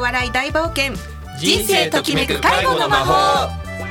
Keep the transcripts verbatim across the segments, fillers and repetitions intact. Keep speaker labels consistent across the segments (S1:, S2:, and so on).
S1: 笑い大冒険、
S2: 人生ときめく介護の魔法。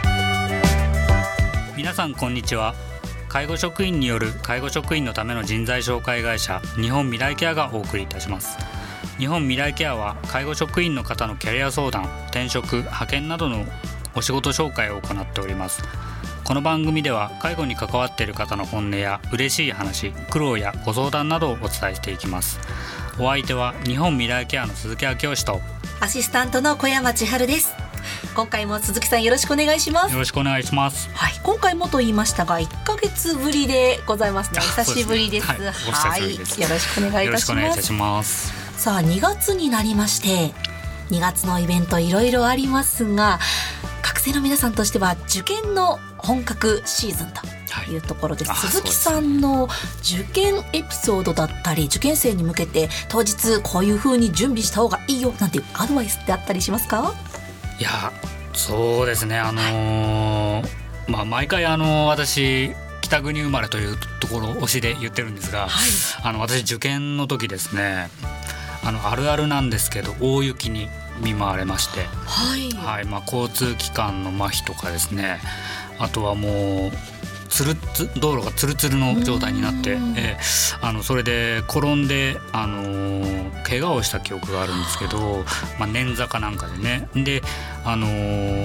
S3: 皆さんこんにちは。介護職員による介護職員のための人材紹介会社、日本未来ケアがお送りいたします。日本未来ケアは介護職員の方のキャリア相談、転職、派遣などのお仕事紹介を行っております。この番組では介護に関わっている方の本音や嬉しい話、苦労やご相談などをお伝えしていきます。お相手は日本未来ケアの鈴木明義と
S1: アシスタントの小山千春です。今回も鈴木さんよろしくお願いします。
S3: よろしくお願いします。
S1: はい、今回もと言いましたがいっかげつぶりでございますね。お久しぶりです。
S3: はい、お久しぶりです。
S1: よろしくお願いいたします。
S3: よろしくお願いいたします。
S1: さあにがつになりまして、にがつのイベントいろいろありますが、学生の皆さんとしては受験の本格シーズンというところです。はい、鈴木さんの受験エピソードだったり、受験生に向けて当日こういう風に準備した方がいいよなんていうアドバイスってあったりしますか？
S3: いや、そうですね、あのーはい、まあ、毎回あの私北国生まれというところ推しで言ってるんですが、はい、あの私受験の時ですね、あのあるあるなんですけど大雪に見舞われまして、はいはい、まあ、交通機関の麻痺とかですね、あとはもうつるつ道路がツルツルの状態になって、えー、あのそれで転んで、あのー、怪我をした記憶があるんですけど、まあ、捻挫かなんかでね、で、あのー、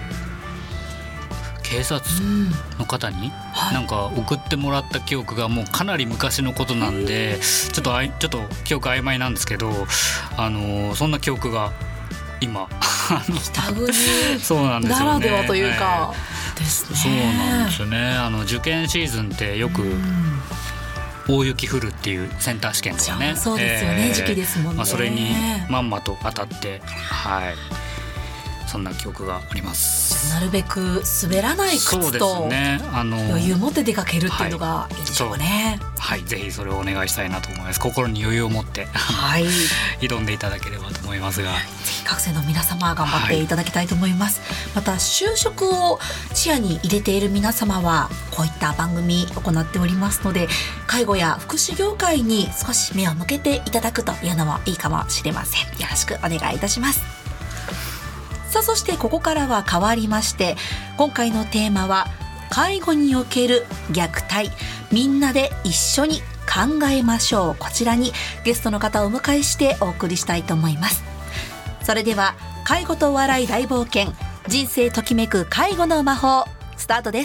S3: 警察の方になんか送ってもらった記憶がもうかなり昔のことなんで、ちょっとあいちょっと記憶曖昧なんですけど、あのー、そんな記憶が今
S1: 北国
S3: そうなんですよね、
S1: ならではというか、はい、ですね。
S3: そうなんですよね。あの受験シーズンってよく大雪降るっていうセンター試験とかね、
S1: そうですよね、えー、時期ですもんね。
S3: まあ、それにまんまと当たって、はい、そんな記憶があります。
S1: なるべく滑らない靴と余裕を持って出かけるっていうのがいいでしょうね。
S3: はい、ぜひそれをお願いしたいなと思います。心に余裕を持って、はい、挑んでいただければと思いますが、ぜ
S1: ひ学生の皆様頑張っていただきたいと思います。はい、また就職を視野に入れている皆様はこういった番組行っておりますので、介護や福祉業界に少し目を向けていただくというのもいいかもしれません。よろしくお願いいたします。さあ、そしてここからは変わりまして、今回のテーマは介護における虐待、みんなで一緒に考えましょう。こちらにゲストの方をお迎えしてお送りしたいと思います。それでは介護と笑い大冒険、人生ときめく介護の魔法、スタートです。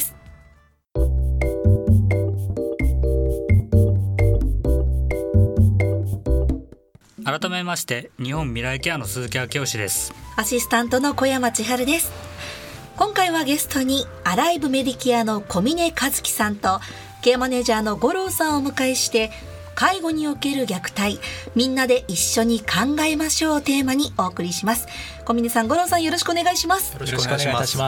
S3: 改めまして日本未来ケアの鈴木明義です。
S1: アシスタントの小山千春です。今回はゲストにアライブメディケアの小峰和樹さんとケアマネージャーの五郎さんをお迎えして、介護における虐待、みんなで一緒に考えましょうをテーマにお送りします。小峰さん、五郎さん、よろしくお願いします。
S2: よろしくお願いいたします。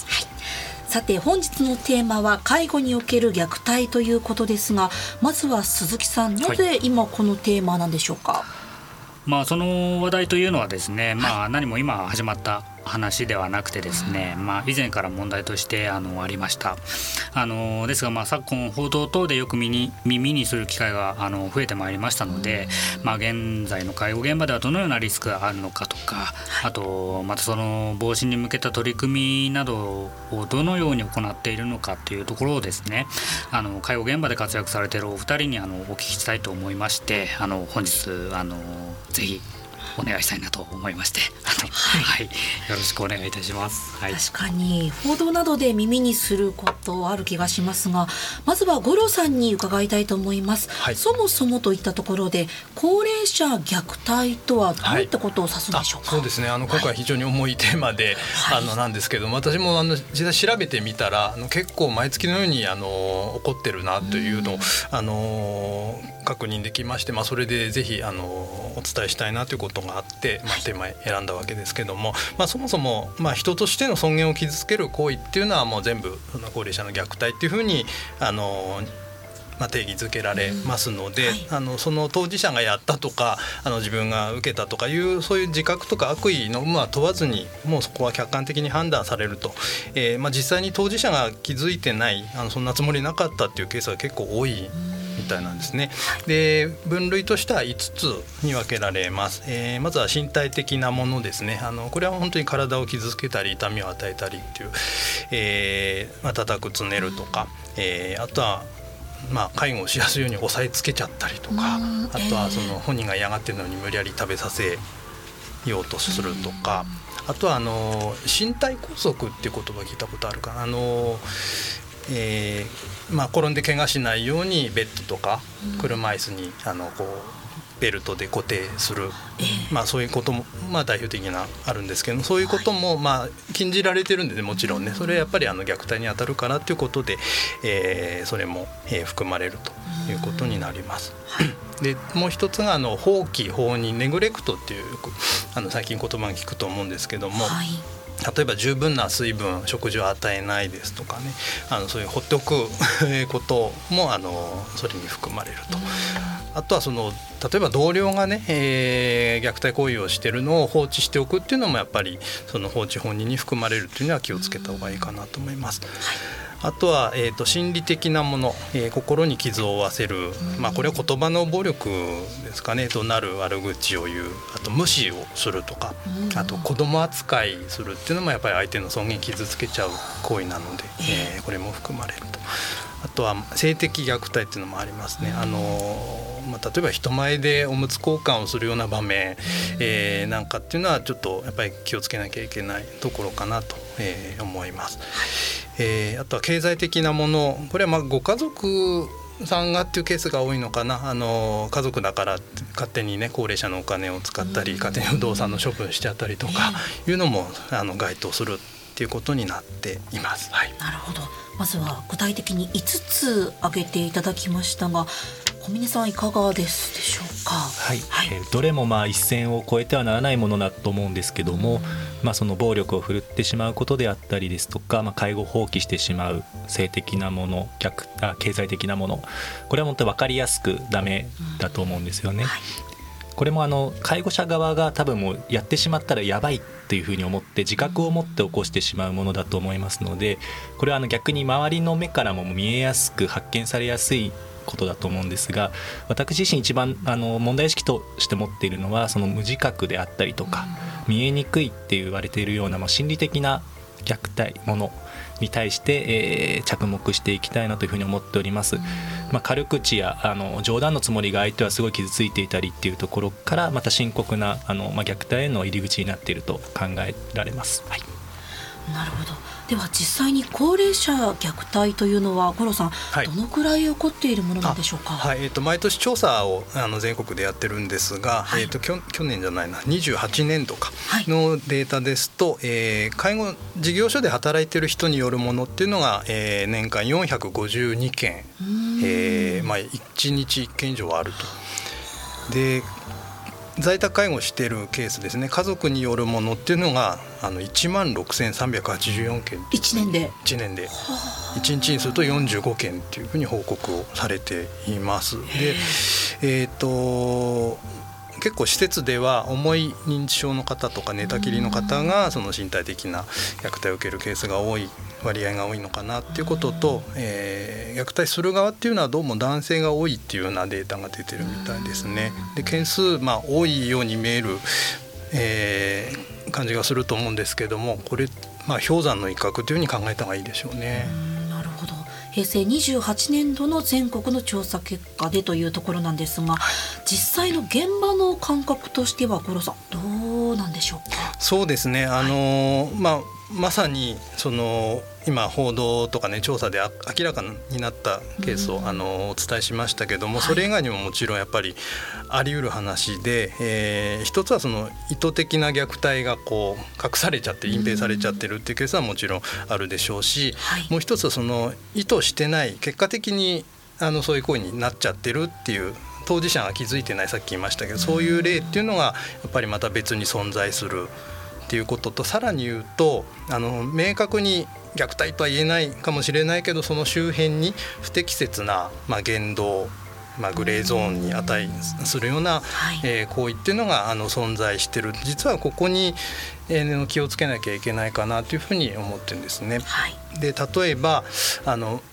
S1: はい、さて本日のテーマは介護における虐待ということですが、まずは鈴木さん、なぜ今このテーマなんでしょうか？はい、
S3: まあ、その話題というのはですね、まあ、何も今始まった話ではなくてですね、まあ、以前から問題としてあのありました。あのですが、まあ、昨今報道等でよく耳に、耳にする機会があの増えてまいりましたので、まあ、現在の介護現場ではどのようなリスクがあるのかとか、あとまたその防止に向けた取り組みなどをどのように行っているのかというところをですね、あの介護現場で活躍されているお二人にあのお聞きしたいと思いまして、あの本日あのぜひお願いしたいなと思いまして、はいはい、よろしくお願いいたします。はい、
S1: 確かに報道などで耳にすることある気がしますが、まずは五郎さんに伺いたいと思います。はい、そもそもといったところで高齢者虐待とはどういったことを指すんでしょうか？
S2: はい、そうですね、あの今回は非常に重いテーマで、はい、あのなんですけども、私もあの実際調べてみたらあの結構毎月のようにあの起こってるなというのをあの確認できまして、まあ、それでぜひあのお伝えしたいなということがあって、まあ、テーマ選んだわけですけども、まあ、そもそも、まあ、人としての尊厳を傷つける行為っていうのはもう全部高齢者の虐待っていうふうにあのまあ、定義づけられますので、うんはい、あのその当事者がやったとかあの自分が受けたとかいうそういう自覚とか悪意の有無は問わずにもうそこは客観的に判断されると、えーまあ、実際に当事者が気づいてないあのそんなつもりなかったっていうケースが結構多いんみたいなんですね。で分類としてはいつつに分けられます。えー、まずは身体的なものですね。あのこれは本当に体を傷つけたり痛みを与えたりっていう、えーまあ、叩くつねるとか、えー、あとはまあ、介護をしやすいように押さえつけちゃったりとか、あとはその本人が嫌がってるのに無理やり食べさせようとするとか、あとはあの身体拘束っていう言葉聞いたことあるかな。あの、えーまあ、転んで怪我しないようにベッドとか車椅子にあのこうベルトで固定する、まあ、そういうことも、まあ、代表的なあるんですけど、そういうこともまあ禁じられてるんで、ね、もちろんね、それはやっぱりあの虐待に当たるからということで、えー、それも、えー、含まれるということになります。でもう一つがあの放棄放任ネグレクトっていうあの最近言葉に聞くと思うんですけども、はい、例えば十分な水分食事を与えないですとかね、あのそういう放っておくこともあのそれに含まれると。あとはその例えば同僚がね、えー、虐待行為をしているのを放置しておくっていうのもやっぱりその放置放任に含まれるっていうのは気をつけた方がいいかなと思います。はい、あとは、えー、と心理的なもの、えー、心に傷を負わせる、まあ、これは言葉の暴力ですかね、となる悪口を言う、あと無視をするとか、あと子供扱いするっていうのもやっぱり相手の尊厳傷つけちゃう行為なので、えー、これも含まれると。あとは性的虐待っていうのもありますね。あの、まあ、例えば人前でおむつ交換をするような場面、えー、なんかっていうのはちょっとやっぱり気をつけなきゃいけないところかなと、えー、思います。えー、あとは経済的なもの、これはまあご家族さんがっていうケースが多いのかな。あの家族だから勝手にね高齢者のお金を使ったり勝手に不動産の処分しちゃったりとかいうのもあの該当するっていうことになっています。はい、
S1: なるほど。まずは具体的にいつつ挙げていただきましたが、小峰さんいかがですでしょうか。
S4: はい、はい、えー、どれもまあ一線を越えてはならないものだと思うんですけども、まあ、その暴力を振るってしまうことであったりですとか、まあ、介護を放棄してしまう性的なもの、逆あ経済的なもの、これは本当に分かりやすくダメだと思うんですよね。はい、これもあの介護者側が多分もうやってしまったらやばいというふうに思って自覚を持って起こしてしまうものだと思いますので、これはあの逆に周りの目からも見えやすく発見されやすいことだと思うんですが、私自身一番あの問題意識として持っているのはその無自覚であったりとか見えにくいって言われているような、まあ、心理的な虐待ものに対して、えー、着目していきたいなというふうに思っております。まあ、軽口やあの冗談のつもりが相手はすごい傷ついていたりっていうところからまた深刻なあの、まあ、虐待への入り口になっていると考えられます。はい、
S1: なるほど。では実際に高齢者虐待というのは五郎さん、はい、どのくらい起こっているものなんでしょうか。
S2: はい、えー、と毎年調査をあの全国でやってるんですが、はい、えー、と 去, 去年じゃないなにじゅうはちねんどかのデータですと、はい、えー、介護事業所で働いている人によるものっていうのが、えー、年間よんひゃくごじゅうにけん、えーまあ、いちにちいっけん以上あると。で在宅介護しているケースですね、家族によるものっていうのがあのいちまんろくせんさんびゃくはちじゅうよんけん、
S1: いちねんで
S2: いちねんでいちにちにするとよんじゅうごけんっていうふうに報告をされています。で、えーと結構施設では重い認知症の方とか寝たきりの方がその身体的な虐待を受けるケースが多い割合が多いのかなっていうことと、えー、虐待する側っていうのはどうも男性が多いっていうようなデータが出てるみたいですね。で件数、まあ、多いように見える、えー、感じがすると思うんですけども、これ、まあ、氷山の一角というふうに考えた方がいいでしょうね。
S1: うん、なるほど。平成にじゅうはちねんどの全国の調査結果でというところなんですが、実際の現場の感覚としては五郎さんどうなんでしょうか。
S2: そうですね、あのーまあ、まさにその今報道とかね調査で明らかになったケースを、うん、あのお伝えしましたけども、それ以外にももちろんやっぱりあり得る話で、えー、一つはその意図的な虐待がこう隠されちゃって隠蔽されちゃってるっていうケースはもちろんあるでしょうし、はい、もう一つはその意図してない結果的にあのそういう行為になっちゃってるっていう当事者が気づいてない、さっき言いましたけどそういう例っていうのがやっぱりまた別に存在するっていうことと、さらに言うとあの明確に虐待とは言えないかもしれないけどその周辺に不適切な、まあ、言動、まあ、グレーゾーンに値するような、はい、えー、行為っていうのがあの存在してる。実はここに、えー、気をつけなきゃいけないかなというふうに思ってるんですね。はい、で例えばあの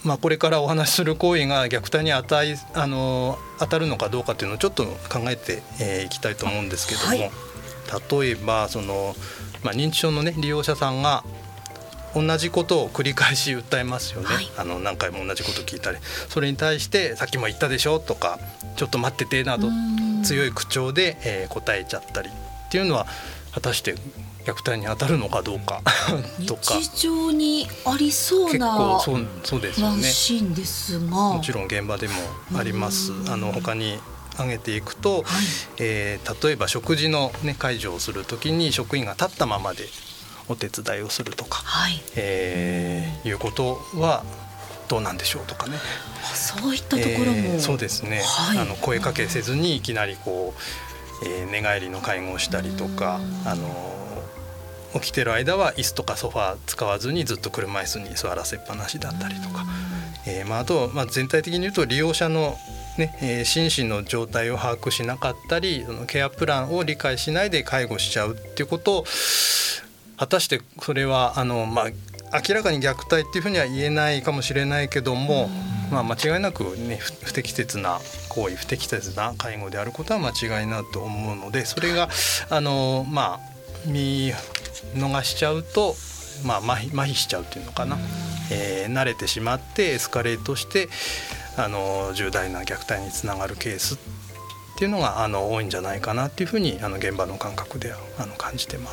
S2: まあ、これからお話しする行為が虐待に当いあの当たるのかどうかっていうのをちょっと考えてい、えー、きたいと思うんですけども、はい、例えばその、まあ、認知症の、ね、利用者さんが同じことを繰り返し訴えますよね、はい、あの何回も同じこと聞いたり、それに対してさっきも言ったでしょとかちょっと待っててなど強い口調で、えー、答えちゃったりっていうのは果たして虐待に当たるのかどうかとか、
S1: 日常にありそうな
S2: 結構そう、そうですよね。
S1: シーンですが、
S2: もちろん現場でもあります。あの他に挙げていくと、はい、えー、例えば食事の、ね、介助をするときに職員が立ったままでお手伝いをするとか、はい、えー、いうことはどうなんでしょうとかね、
S1: そういったところも、え
S2: ー、そうですね、はい、あの声かけせずにいきなりこう、えー、寝返りの介護をしたりとか、あの起きてる間は椅子とかソファー使わずにずっと車椅子に座らせっぱなしだったりとか、えーまあ、あと、まあ、全体的に言うと利用者の、ねえー、心身の状態を把握しなかったり、そのケアプランを理解しないで介護しちゃうっていうことを、果たしてそれはあの、まあ、明らかに虐待っていうふうには言えないかもしれないけども、まあ、間違いなく、ね、不適切な行為、不適切な介護であることは間違いないと思うので、それがあの、まあ、見逃しちゃうと、まあ、麻痺、麻痺しちゃうっていうのかな、えー、慣れてしまってエスカレートしてあの重大な虐待につながるケースっていうのがあの多いんじゃないかなっていうふうにあの現場の感覚ではあの感じてます。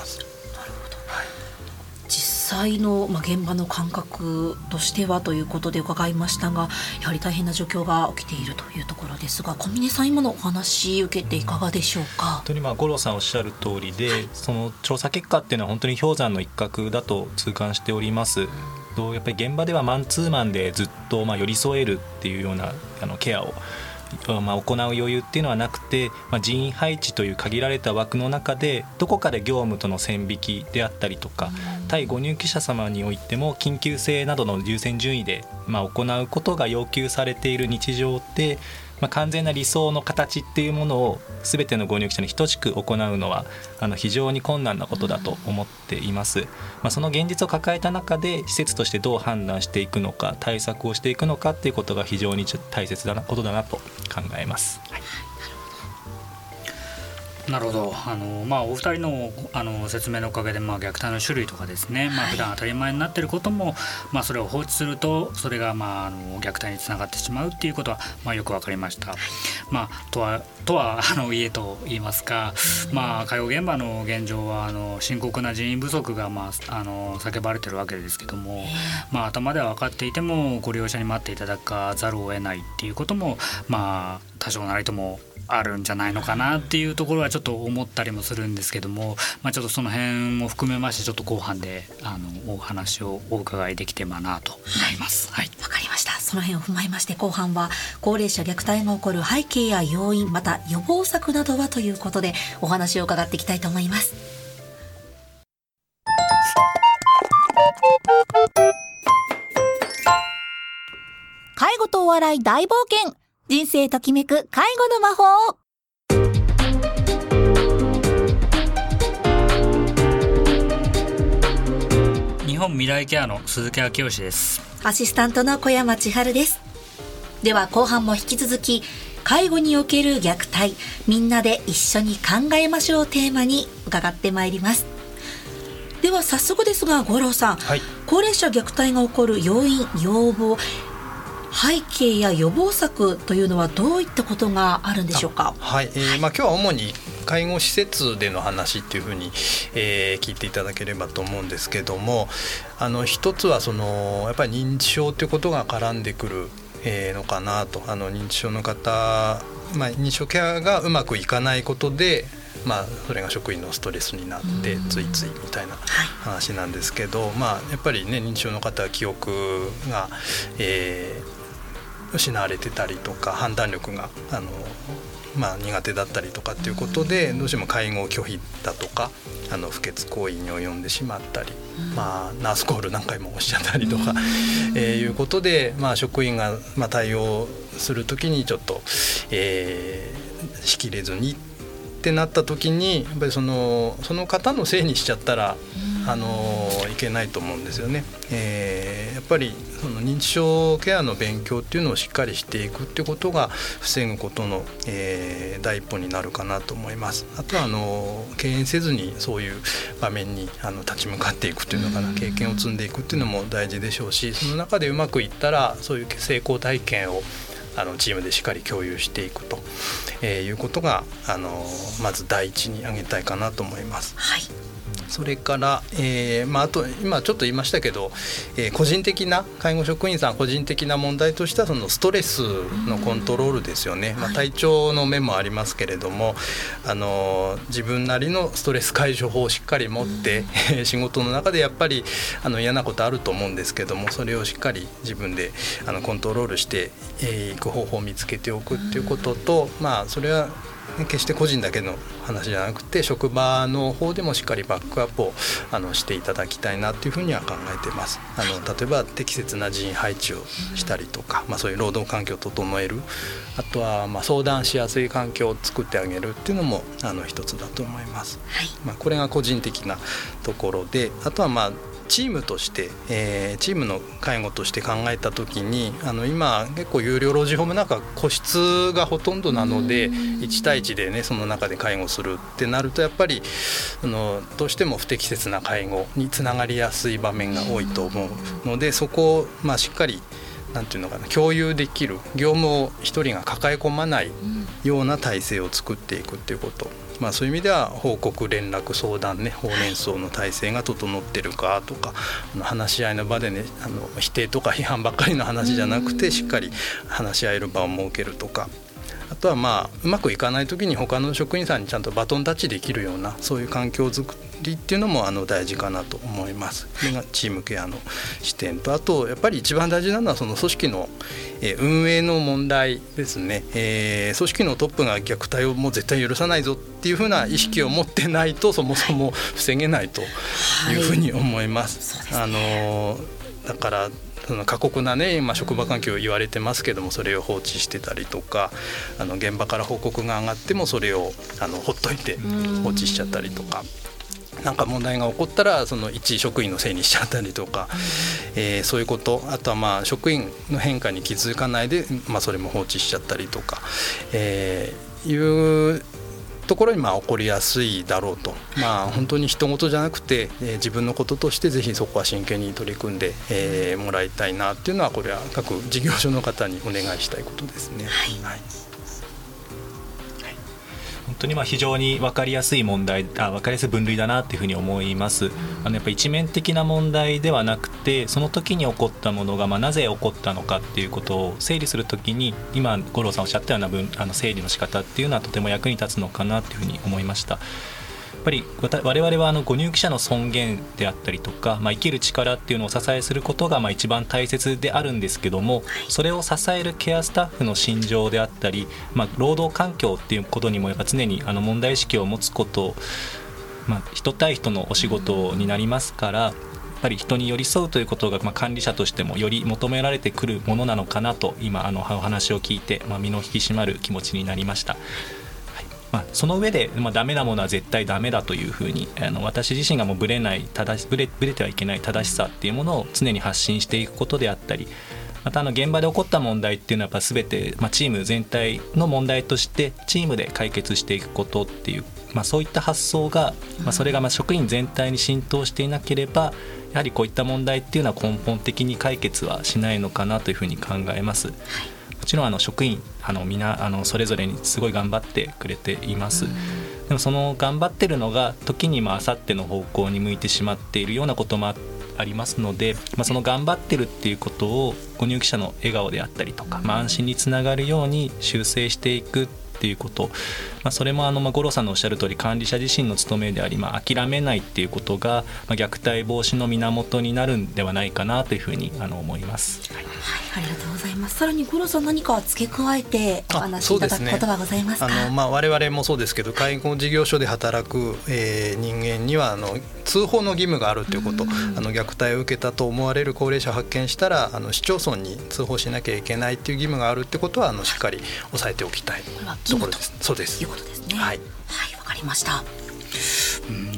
S1: 実際の、まあ、現場の感覚としてはということで伺いましたが、やはり大変な状況が起きているというところですが、小峰さん、今のお話受けていかがでしょうか。
S4: 本当にまあ五郎さんおっしゃる通りで、その調査結果っていうのは本当に氷山の一角だと痛感しております。やっぱり現場ではマンツーマンでずっとまあ寄り添えるっていうようなあのケアをまあ、行う余裕っていうのはなくて、まあ、人員配置という限られた枠の中でどこかで業務との線引きであったりとか、対ご入居者様においても緊急性などの優先順位でまあ行うことが要求されている日常で、まあ、完全な理想の形っていうものを全てのご入居者に等しく行うのはあの非常に困難なことだと思っています。まあ、その現実を抱えた中で施設としてどう判断していくのか、対策をしていくのかっていうことが非常に大切なことだなと考えます。はい、
S3: なるほど。あの、まあ、お二人の、あの説明のおかげで、まあ、虐待の種類とかですね、まあ、普段当たり前になっていることも、まあ、それを放置するとそれが、まあ、あの虐待につながってしまうっていうことは、まあ、よく分かりました。まあ、とはとはあの家と言いますか、まあ、介護現場の現状はあの深刻な人員不足が、まあ、あの叫ばれているわけですけども、まあ、頭では分かっていてもご利用者に待っていただかざるを得ないっていうことも、まあ、多少なりともあるんじゃないのかなっていうところはちょっと思ったりもするんですけども、まあ、ちょっとその辺も含めましてちょっと後半であのお話をお伺いできてばなと思います。はい、
S1: わかりました。その辺を踏まえまして、後半は高齢者虐待が起こる背景や要因、また予防策などはということでお話を伺っていきたいと思います。介護とお笑い大冒険、人生ときめく介護の魔法。
S3: 日本未来ケアの鈴木明義です。
S1: アシスタントの小山千春です。では後半も引き続き、介護における虐待、みんなで一緒に考えましょうテーマに伺ってまいります。では早速ですが五郎さん、はい、高齢者虐待が起こる要因、要望、背景や予防策というのはどういったことがあるんでしょうか。
S2: はい、えーまあ、今日は主に介護施設での話っていうふうに、えー、聞いていただければと思うんですけども、あの一つはそのやっぱり認知症ということが絡んでくる、えー、のかなと。あの認知症の方、まあ、認知症ケアがうまくいかないことで、まあ、それが職員のストレスになってついついみたいな話なんですけど、まあ、やっぱりね認知症の方は記憶が、えー失われてたりとか判断力があの、まあ、苦手だったりとかっていうことでどうしても介護拒否だとかあの不潔行為に及んでしまったり、まあ、ナースコール何回もおっしゃったりとか、えー、いうことで、まあ、職員が、まあ、対応するときにちょっと、えー、しきれずにってなった時にやっぱりその、その方のせいにしちゃったらあのいけないと思うんですよね。えー、やっぱりその認知症ケアの勉強っていうのをしっかりしていくっていうことが防ぐことの、えー、第一歩になるかなと思います。あとはあの敬遠せずにそういう場面にあの立ち向かっていくというのかな、経験を積んでいくっていうのも大事でしょうし、その中でうまくいったらそういう成功体験をあのチームでしっかり共有していくと、えー、いうことがあのまず第一に挙げたいかなと思います。
S1: はい。
S2: それから、えーまあ、あと今ちょっと言いましたけど、えー、個人的な介護職員さん個人的な問題としてはそのストレスのコントロールですよね。まあ、体調の面もありますけれども、あの自分なりのストレス解消法をしっかり持って、うん、仕事の中でやっぱりあの嫌なことあると思うんですけども、それをしっかり自分であのコントロールしてい、えー、く方法を見つけておくっていうことと、うん、まあそれは決して個人だけの話じゃなくて職場の方でもしっかりバックアップをあのしていただきたいなというふうには考えています。あの例えば適切な人員配置をしたりとか、まあ、そういう労働環境を整える、あとはまあ相談しやすい環境を作ってあげるっていうのもあの一つだと思います。はい。まあ、これが個人的なところで、あとはまあチームとして、えー、チームの介護として考えた時にあの今結構有料老人ホームなんか個室がほとんどなのでいち対いちでねその中で介護するってなるとやっぱりあのどうしても不適切な介護につながりやすい場面が多いと思うので、そこをまあしっかりなんていうのかな、共有できる業務を一人が抱え込まないような体制を作っていくっていうこと、まあ、そういう意味では報告連絡相談ね、ほうれん草の体制が整ってるかとか、あの話し合いの場でねあの否定とか批判ばっかりの話じゃなくてしっかり話し合える場を設けるとか、あとはまあうまくいかない時に他の職員さんにちゃんとバトンタッチできるようなそういう環境づくりっていうのもあの大事かなと思います。これがチームケアの視点と、あとやっぱり一番大事なのはその組織の運営の問題ですね。えー、組織のトップが虐待をもう絶対許さないぞっていうふうな意識を持ってないとそもそも防げないというふうに思います。はい、あのだからその過酷なね今職場環境言われてますけども、それを放置してたりとか、あの現場から報告が上がってもそれをあのほっといて放置しちゃったりとか、なんか問題が起こったらその一職員のせいにしちゃったりとか、えー、そういうこと、あとはまあ職員の変化に気づかないで、まあ、それも放置しちゃったりとか、えー、いうところにまあ起こりやすいだろうと、まあ、本当に人事じゃなくて、えー、自分のこととしてぜひそこは真剣に取り組んで、えー、もらいたいなっていうのは、これは各事業所の方にお願いしたいことですね。はいはい、
S4: 本当にまあ非常に分かりやすい問題、あ分かりやすい分類だなというふうに思います。あのやっぱ一面的な問題ではなくて、その時に起こったものがまあなぜ起こったのかっていうことを整理するときに、今五郎さんおっしゃったような分あの整理の仕方っていうのはとても役に立つのかなというふうに思いました。やっぱり我々はあのご入居者の尊厳であったりとか、まあ、生きる力っていうのを支えすることがまあ一番大切であるんですけども、それを支えるケアスタッフの心情であったり、まあ、労働環境っていうことにもやっぱ常にあの問題意識を持つこと、まあ、人対人のお仕事になりますから、やっぱり人に寄り添うということが、まあ、管理者としてもより求められてくるものなのかなと今あのお話を聞いて、まあ、身の引き締まる気持ちになりました。まあ、その上で、まあ、ダメなものは絶対ダメだというふうにあの私自身がもうブレない正しブレ、ブレてはいけない正しさっていうものを常に発信していくことであったり、またあの現場で起こった問題っていうのはやっぱ全て、まあ、チーム全体の問題としてチームで解決していくことっていう、まあ、そういった発想が、まあ、それがまあ職員全体に浸透していなければやはりこういった問題っていうのは根本的に解決はしないのかなというふうに考えます。もちろんあの職員あのみんなあのそれぞれにすごい頑張ってくれています。でもその頑張ってるのが時にまあ明後日の方向に向いてしまっているようなこともありますので、まあ、その頑張ってるっていうことをご入居者の笑顔であったりとか、まあ、安心につながるように修正していくっていうこと、まあ、それもあのまあ五郎さんのおっしゃる通り管理者自身の務めであり、まあ、諦めないっていうことがまあ虐待防止の源になるんではないかなというふうにあの思います。はい、
S1: ありがとうございます。さらに五郎さん何か付け加えてお話しいただくことはございますか？
S2: あの、まあ、我々もそうですけど介護事業所で働く、えー、人間にはあの通報の義務があるということ、あの虐待を受けたと思われる高齢者を発見したらあの市町村に通報しなきゃいけないという義務があるということはあのしっかり押さえておきたいところです。そうです。
S1: いうことですね。はい、はい、わかりました。
S3: うん、なるほど。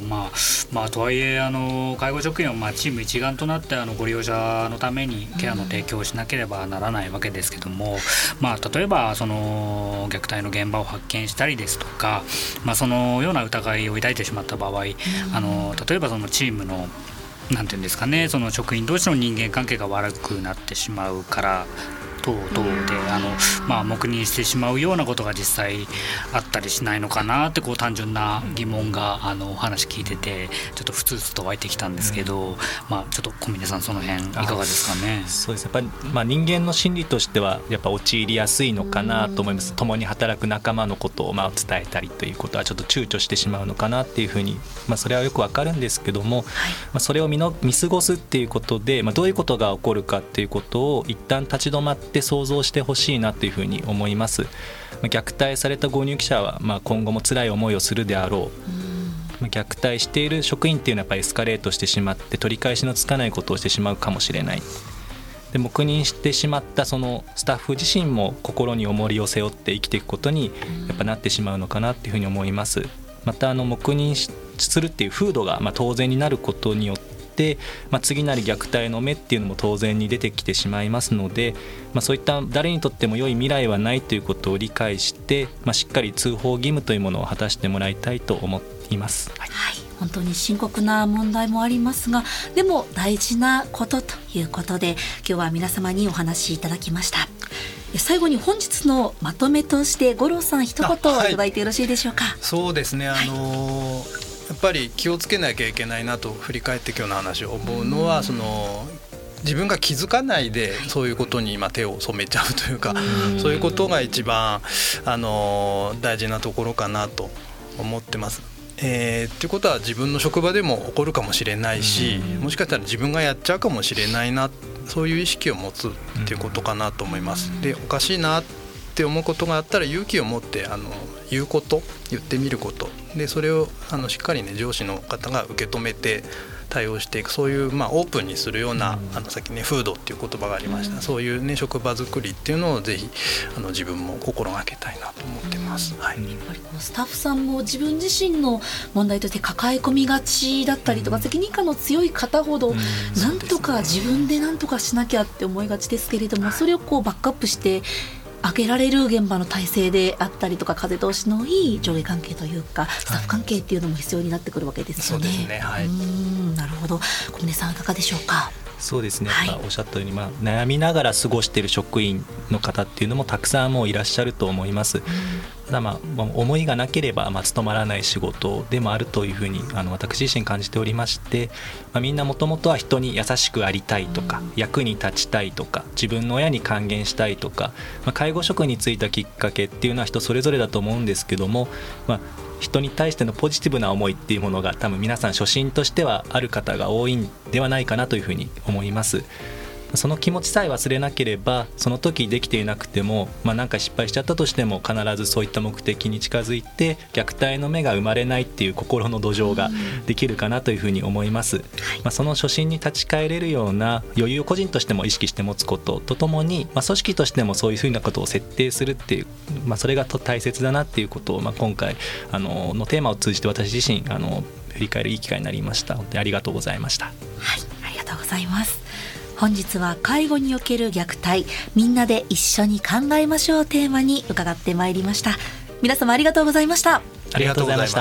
S3: まあまあ、とはいえあの介護職員はまあチーム一丸となってあのご利用者のためにケアの提供をしなければならないわけですけども、まあ、例えばその虐待の現場を発見したりですとか、まあ、そのような疑いを抱いてしまった場合、あの例えばそのチームのなんていうんですかね、その職員同士の人間関係が悪くなってしまうから等々であの、まあ、黙認してしまうようなことが実際あったりしないのかなってこう単純な疑問があのお話聞いててちょっとふつふつと湧いてきたんですけど、うん、まあ、ちょっと小峰さんその辺いかがですかね。
S4: そうですね、やっぱり、まあ、人間の心理としてはやっぱ陥りやすいのかなと思います。共に働く仲間のことをまあ伝えたりということはちょっと躊躇してしまうのかなっていうふうに、まあ、それはよくわかるんですけども、はい、まあ、それを見の見過ごすっていうことで、まあ、どういうことが起こるかっていうことを一旦立ち止まって想像してほしいなというふうに思います。虐待されたご入居者はまあ今後も辛い思いをするであろう。虐待している職員っていうのはやっぱりエスカレートしてしまって取り返しのつかないことをしてしまうかもしれない。で黙認してしまったそのスタッフ自身も心に重りを背負って生きていくことにやっぱなってしまうのかなっていうふうに思います。またあの黙認するっていう風土がまあ当然になることによってでまあ、次なる虐待の芽っていうのも当然に出てきてしまいますので、まあ、そういった誰にとっても良い未来はないということを理解して、まあ、しっかり通報義務というものを果たしてもらいたいと思っています。はい、
S1: はい、本当に深刻な問題もありますが、でも大事なことということで今日は皆様にお話しいただきました。最後に本日のまとめとして五郎さん一言いただいてよろしいでしょうか。はい、
S2: そうですね、あのーはいやっぱり気をつけなきゃいけないなと振り返って今日の話を思うのは、その自分が気づかないでそういうことに今手を染めちゃうというか、そういうことが一番あの大事なところかなと思ってます。えー、ということは自分の職場でも起こるかもしれないし、もしかしたら自分がやっちゃうかもしれないな、そういう意識を持つっていうことかなと思います。で、おかしいなって思うことがあったら勇気を持ってあの言うこと言ってみることで、それをあのしっかりね上司の方が受け止めて対応していく、そういう、まあ、オープンにするような、あのさっきね風土っていう言葉がありました、そういうね職場作りっていうのをぜひあの自分も心がけたいなと思ってます。はい、やっぱりこ
S1: のスタッフさんも自分自身の問題として抱え込みがちだったりとか、責任感の強い方ほどなんとか自分でなんとかしなきゃって思いがちですけれども、それをこうバックアップして上げられる現場の体制であったりとか、風通しのいい上下関係というかスタッフ関係っていうのも必要になってくるわけですよね。
S2: そうですね、はい、
S1: うーん、なるほど。小峰さんいかがでしょうか。
S4: そうですね、はい、おっしゃったように、まあ、悩みながら過ごしている職員の方っていうのもたくさんもういらっしゃると思います。うん、ただ、まあ、思いがなければ、まあ、務まらない仕事でもあるというふうにあの私自身感じておりまして、まあ、みんなもともとは人に優しくありたいとか、うん、役に立ちたいとか、自分の親に還元したいとか、まあ、介護職に就いたきっかけっていうのは人それぞれだと思うんですけども、まあ人に対してのポジティブな思いっていうものが多分皆さん初心としてはある方が多いんではないかなというふうに思います。その気持ちさえ忘れなければ、その時できていなくても、まあ、なんか失敗しちゃったとしても必ずそういった目的に近づいて虐待の芽が生まれないっていう心の土壌ができるかなというふうに思います。まあ、その初心に立ち返れるような余裕を個人としても意識して持つこととともに、まあ、組織としてもそういうふうなことを設定するっていう、まあ、それが大切だなっていうことを、まあ、今回あののテーマを通じて私自身あの振り返るいい機会になりました。本当にありがとうございました。
S1: はい、ありがとうございます。本日は介護における虐待、みんなで一緒に考えましょうテーマに伺ってまいりました。皆様ありがとうございました。
S2: ありがとうございました。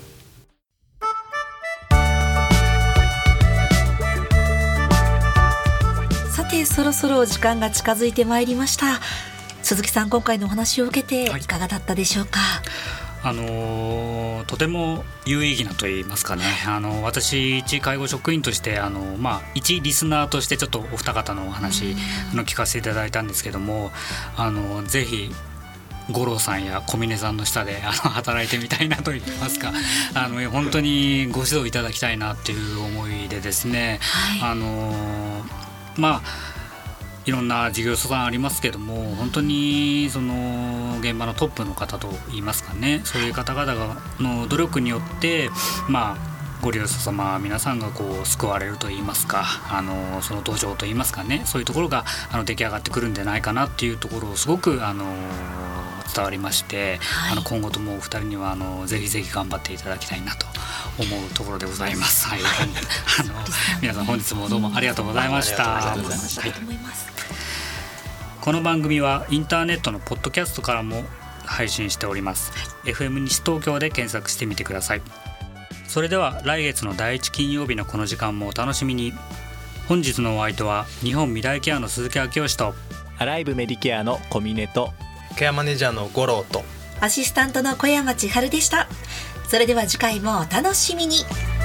S1: さて、そろそろ時間が近づいてまいりました。鈴木さん、今回のお話を受けていかがだったでしょうか。はい、
S3: あのー、とても有意義なと言いますかね、あの私一介護職員としてあの、まあ、一リスナーとしてちょっとお二方のお話あの聞かせていただいたんですけども、あのぜひ五郎さんや小峰さんの下であの働いてみたいなと言いますか、あの本当にご指導いただきたいなっていう思いでですね、はい、あのまあいろんな事業所さんありますけども、本当にその現場のトップの方といいますかね、そういう方々の努力によって、まあご利用者様皆さんがこう救われるといいますか、あのその土壌といいますかね、そういうところがあの出来上がってくるんじゃないかなっていうところをすごくあのも伝わりまして、はい、あの今後ともお二人にはあのぜひぜひ頑張っていただきたいなと思うところでございます。はい、あの皆さん本日もどうもありがとうございました。
S1: ありがとうございました。
S3: この番組はインターネットのポッドキャストからも配信しております。はい、エフエム 西東京で検索してみてください。それでは来月のだいいち金曜日のこの時間もお楽しみに。本日のお相手は日本未来ケアの鈴木明義と
S4: アライブメディケアの小峰と
S2: ケアマネージャーの五郎と
S1: アシスタントの小山千春でした。それでは次回もお楽しみに。